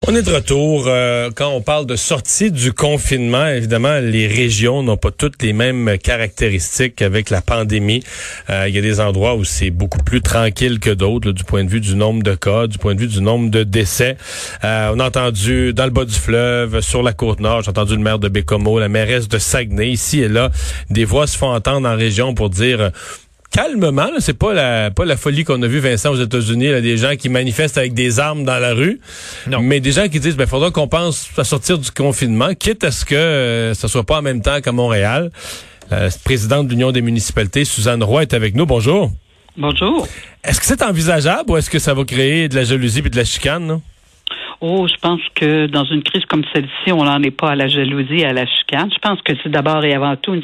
On est de retour. Quand on parle de sortie du confinement, évidemment, les régions n'ont pas toutes les mêmes caractéristiques avec la pandémie. Il y a des endroits où c'est beaucoup plus tranquille que d'autres, là, du point de vue du nombre de cas, du point de vue du nombre de décès. On a entendu dans le bas du fleuve, sur la Côte-Nord, j'ai entendu le maire de Bécomo, la mairesse de Saguenay, ici et là, des voix se font entendre en région pour dire... calmement, là, c'est pas la folie qu'on a vu, Vincent, aux États-Unis, là, des gens qui manifestent avec des armes dans la rue, non. Mais des gens qui disent, faudra qu'on pense à sortir du confinement, quitte à ce que ça soit pas en même temps qu'à Montréal. La présidente de l'Union des municipalités, Suzanne Roy, est avec nous. Bonjour. Bonjour. Est-ce que c'est envisageable ou est-ce que ça va créer de la jalousie et de la chicane, là? Oh, je pense que dans une crise comme celle-ci, on n'en est pas à la jalousie et à la chicane. Je pense que c'est d'abord et avant tout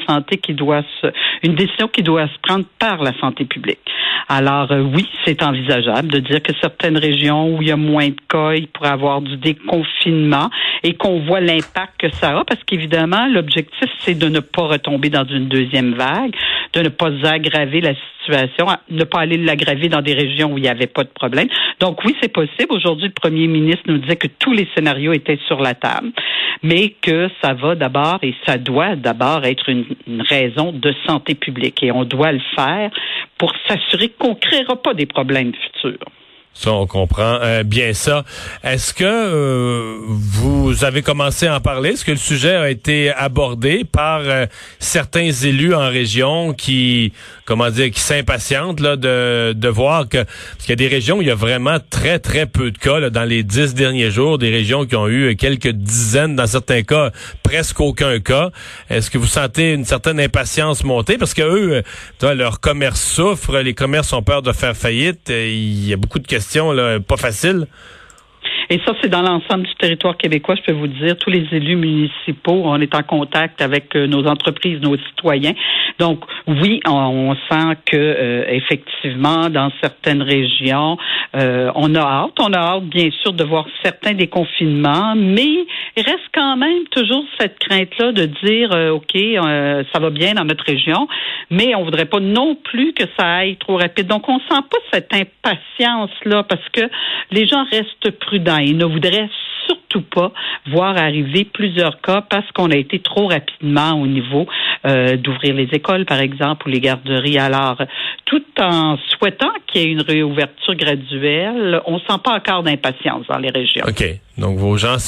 une décision qui doit se prendre par la santé publique. Alors oui, c'est envisageable de dire que certaines régions où il y a moins de cas, il pourrait y avoir du déconfinement et qu'on voit l'impact que ça a, parce qu'évidemment, l'objectif, c'est de ne pas retomber dans une deuxième vague, de ne pas aggraver la situation, ne pas aller l'aggraver dans des régions où il n'y avait pas de problème. Donc oui, c'est possible. Aujourd'hui, le premier ministre nous disait que tous les scénarios étaient sur la table, mais que ça va d'abord et ça doit d'abord être une raison de santé publique. Et on doit le faire pour s'assurer qu'on ne créera pas des problèmes futurs. Ça, on comprend bien ça. Est-ce que vous avez commencé à en parler? Est-ce que le sujet a été abordé par certains élus en région qui s'impatientent là de voir que... Parce qu'il y a des régions où il y a vraiment très, très peu de cas là, dans les 10 derniers jours, des régions qui ont eu quelques dizaines, dans certains cas, presque aucun cas. Est-ce que vous sentez une certaine impatience monter? Parce que eux, leur commerce souffre, les commerces ont peur de faire faillite, il y a beaucoup de questions là, pas facile. Et ça, c'est dans l'ensemble du territoire québécois, je peux vous dire. Tous les élus municipaux, on est en contact avec nos entreprises, nos citoyens. Donc, oui, on sent que effectivement, dans certaines régions, on a hâte, bien sûr, de voir certains déconfinements, mais il reste quand même toujours cette crainte-là de dire, OK, ça va bien dans notre région, mais on voudrait pas non plus que ça aille trop rapide. Donc, on sent pas cette impatience-là parce que les gens restent prudents. Ils ne voudraient surtout pas voir arriver plusieurs cas parce qu'on a été trop rapidement au niveau d'ouvrir les écoles, par exemple, ou les garderies. Alors, tout en souhaitant qu'il y ait une réouverture graduelle, on ne sent pas encore d'impatience dans les régions. OK. Donc, vos gens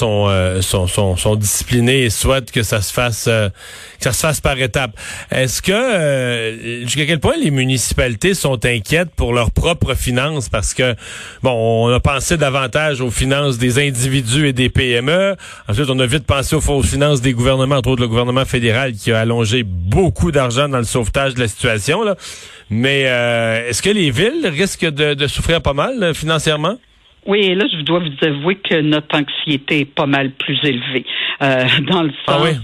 sont disciplinés et souhaitent que ça se fasse par étapes. Est-ce que, jusqu'à quel point les municipalités sont inquiètes pour leurs propres finances? Parce que, on a pensé davantage aux finances des individus et des PME. Ensuite, on a vite pensé aux finances des gouvernements, entre autres le gouvernement fédéral qui a allongé beaucoup d'argent dans le sauvetage de la situation, là. Mais est-ce que les villes risquent de souffrir pas mal financièrement? Oui, et là, je dois vous avouer que notre anxiété est pas mal plus élevée. Dans le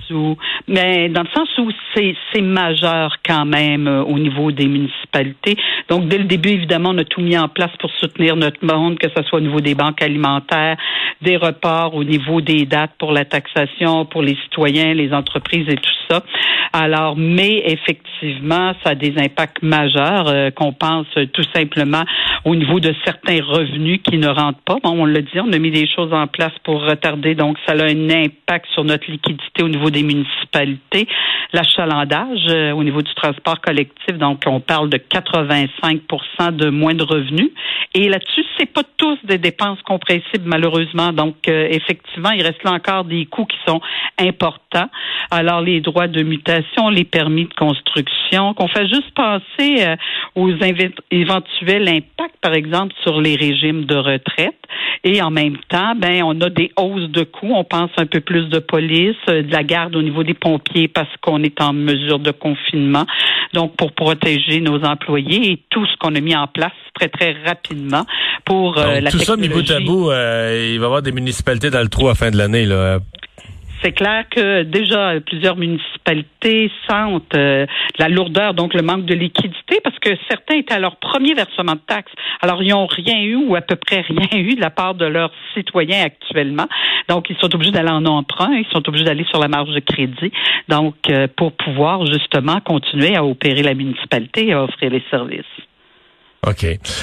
sens où c'est majeur quand même au niveau des municipalités. Donc, dès le début, évidemment, on a tout mis en place pour soutenir notre monde, que ce soit au niveau des banques alimentaires, des reports, au niveau des dates pour la taxation, pour les citoyens, les entreprises et tout ça. Alors, mais effectivement, ça a des impacts majeurs, qu'on pense tout simplement au niveau de certains revenus qui ne rentrent pas. Bon, on l'a dit, on a mis des choses en place pour retarder, donc ça a un impact sur notre liquidité au niveau des municipalités. L'achalandage au niveau du transport collectif, donc on parle de 85% de moins de revenus. Et là-dessus, c'est pas tous des dépenses compressibles, malheureusement. Donc, effectivement, il reste là encore des coûts qui sont importants. Alors, les droits de mutation, les permis de construction, qu'on fait juste penser aux éventuels impacts, par exemple, sur les régimes de retraite. Et en même temps, on a des hausses de coûts. On pense un peu plus de police, de la garde au niveau des pompiers parce qu'on est en mesure de confinement. Donc, pour protéger nos employés et tout ce qu'on a mis en place très, très rapidement pour la technologie. Tout ça, mis bout à bout, il va y avoir des municipalités dans le trou à la fin de l'année, là. C'est clair que déjà plusieurs municipalités sentent la lourdeur, donc le manque de liquidité, parce que certains étaient à leur premier versement de taxes. Alors, ils n'ont rien eu ou à peu près rien eu de la part de leurs citoyens actuellement. Donc, ils sont obligés d'aller en emprunt, ils sont obligés d'aller sur la marge de crédit, donc pour pouvoir justement continuer à opérer la municipalité et à offrir les services. OK.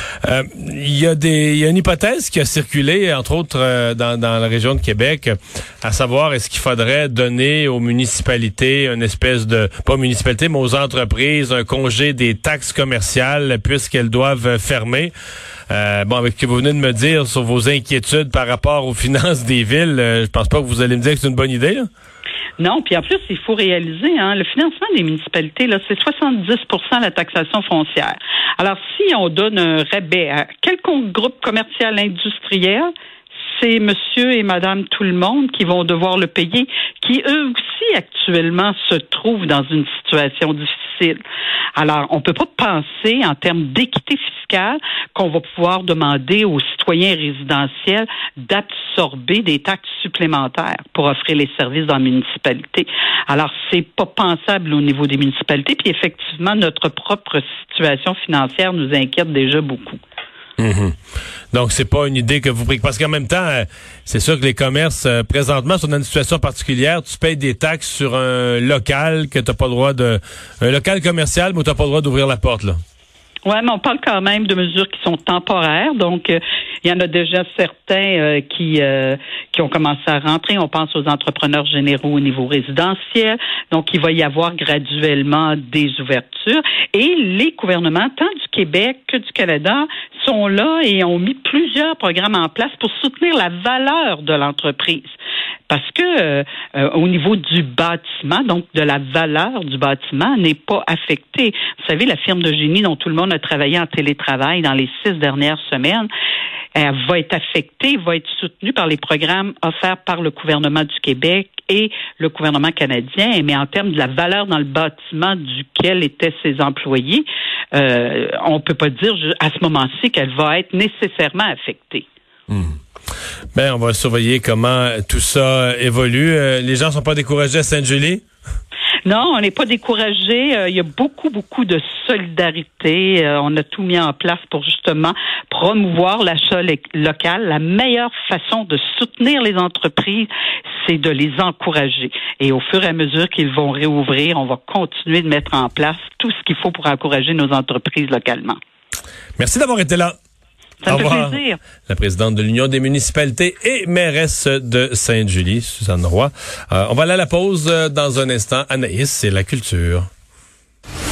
Il y a une hypothèse qui a circulé, entre autres, dans la région de Québec, à savoir, est-ce qu'il faudrait donner aux municipalités une espèce de, pas municipalité, mais aux entreprises, un congé des taxes commerciales, puisqu'elles doivent fermer. Avec ce que vous venez de me dire sur vos inquiétudes par rapport aux finances des villes, je pense pas que vous allez me dire que c'est une bonne idée, là? Non, puis en plus, il faut réaliser, le financement des municipalités, là, c'est 70% la taxation foncière. Alors, si on donne un rabais à quelconque groupe commercial industriel, c'est monsieur et madame tout le monde qui vont devoir le payer, qui eux aussi actuellement se trouvent dans une situation difficile. Alors, on peut pas penser en termes d'équité fiscale qu'on va pouvoir demander aux citoyens résidentiels d'absorber des taxes supplémentaires pour offrir les services dans la municipalité. Alors, c'est pas pensable au niveau des municipalités, puis effectivement, notre propre situation financière nous inquiète déjà beaucoup. Mm-hmm. Donc, c'est pas une idée que vous prenez. Parce qu'en même temps, c'est sûr que les commerces, présentement, sont dans une situation particulière. Tu payes des taxes sur un local que t'as pas le droit un local commercial, mais t'as pas le droit d'ouvrir la porte, là. Oui, mais on parle quand même de mesures qui sont temporaires. Donc, il y en a déjà certains qui ont commencé à rentrer. On pense aux entrepreneurs généraux au niveau résidentiel. Donc, il va y avoir graduellement des ouvertures. Et les gouvernements, tant du Québec que du Canada, sont là et ont mis plusieurs programmes en place pour soutenir la valeur de l'entreprise. Parce que au niveau du bâtiment, donc de la valeur du bâtiment, n'est pas affectée. Vous savez, la firme de génie dont tout le monde a travaillé en télétravail dans les 6 dernières semaines, elle va être affectée, va être soutenue par les programmes offerts par le gouvernement du Québec et le gouvernement canadien. Mais en termes de la valeur dans le bâtiment duquel étaient ses employés, on peut pas dire à ce moment-ci qu'elle va être nécessairement affectée. On va surveiller comment tout ça évolue. Les gens sont pas découragés à Sainte-Julie? Non, on n'est pas découragé. Il y a beaucoup de solidarité. On a tout mis en place pour justement promouvoir l'achat local. La meilleure façon de soutenir les entreprises, c'est de les encourager. Et au fur et à mesure qu'ils vont réouvrir, on va continuer de mettre en place tout ce qu'il faut pour encourager nos entreprises localement. Merci d'avoir été là. Ça me fait plaisir. La présidente de l'Union des municipalités et mairesse de Sainte-Julie, Suzanne Roy. On va aller à la pause dans un instant. Anaïs, c'est la culture.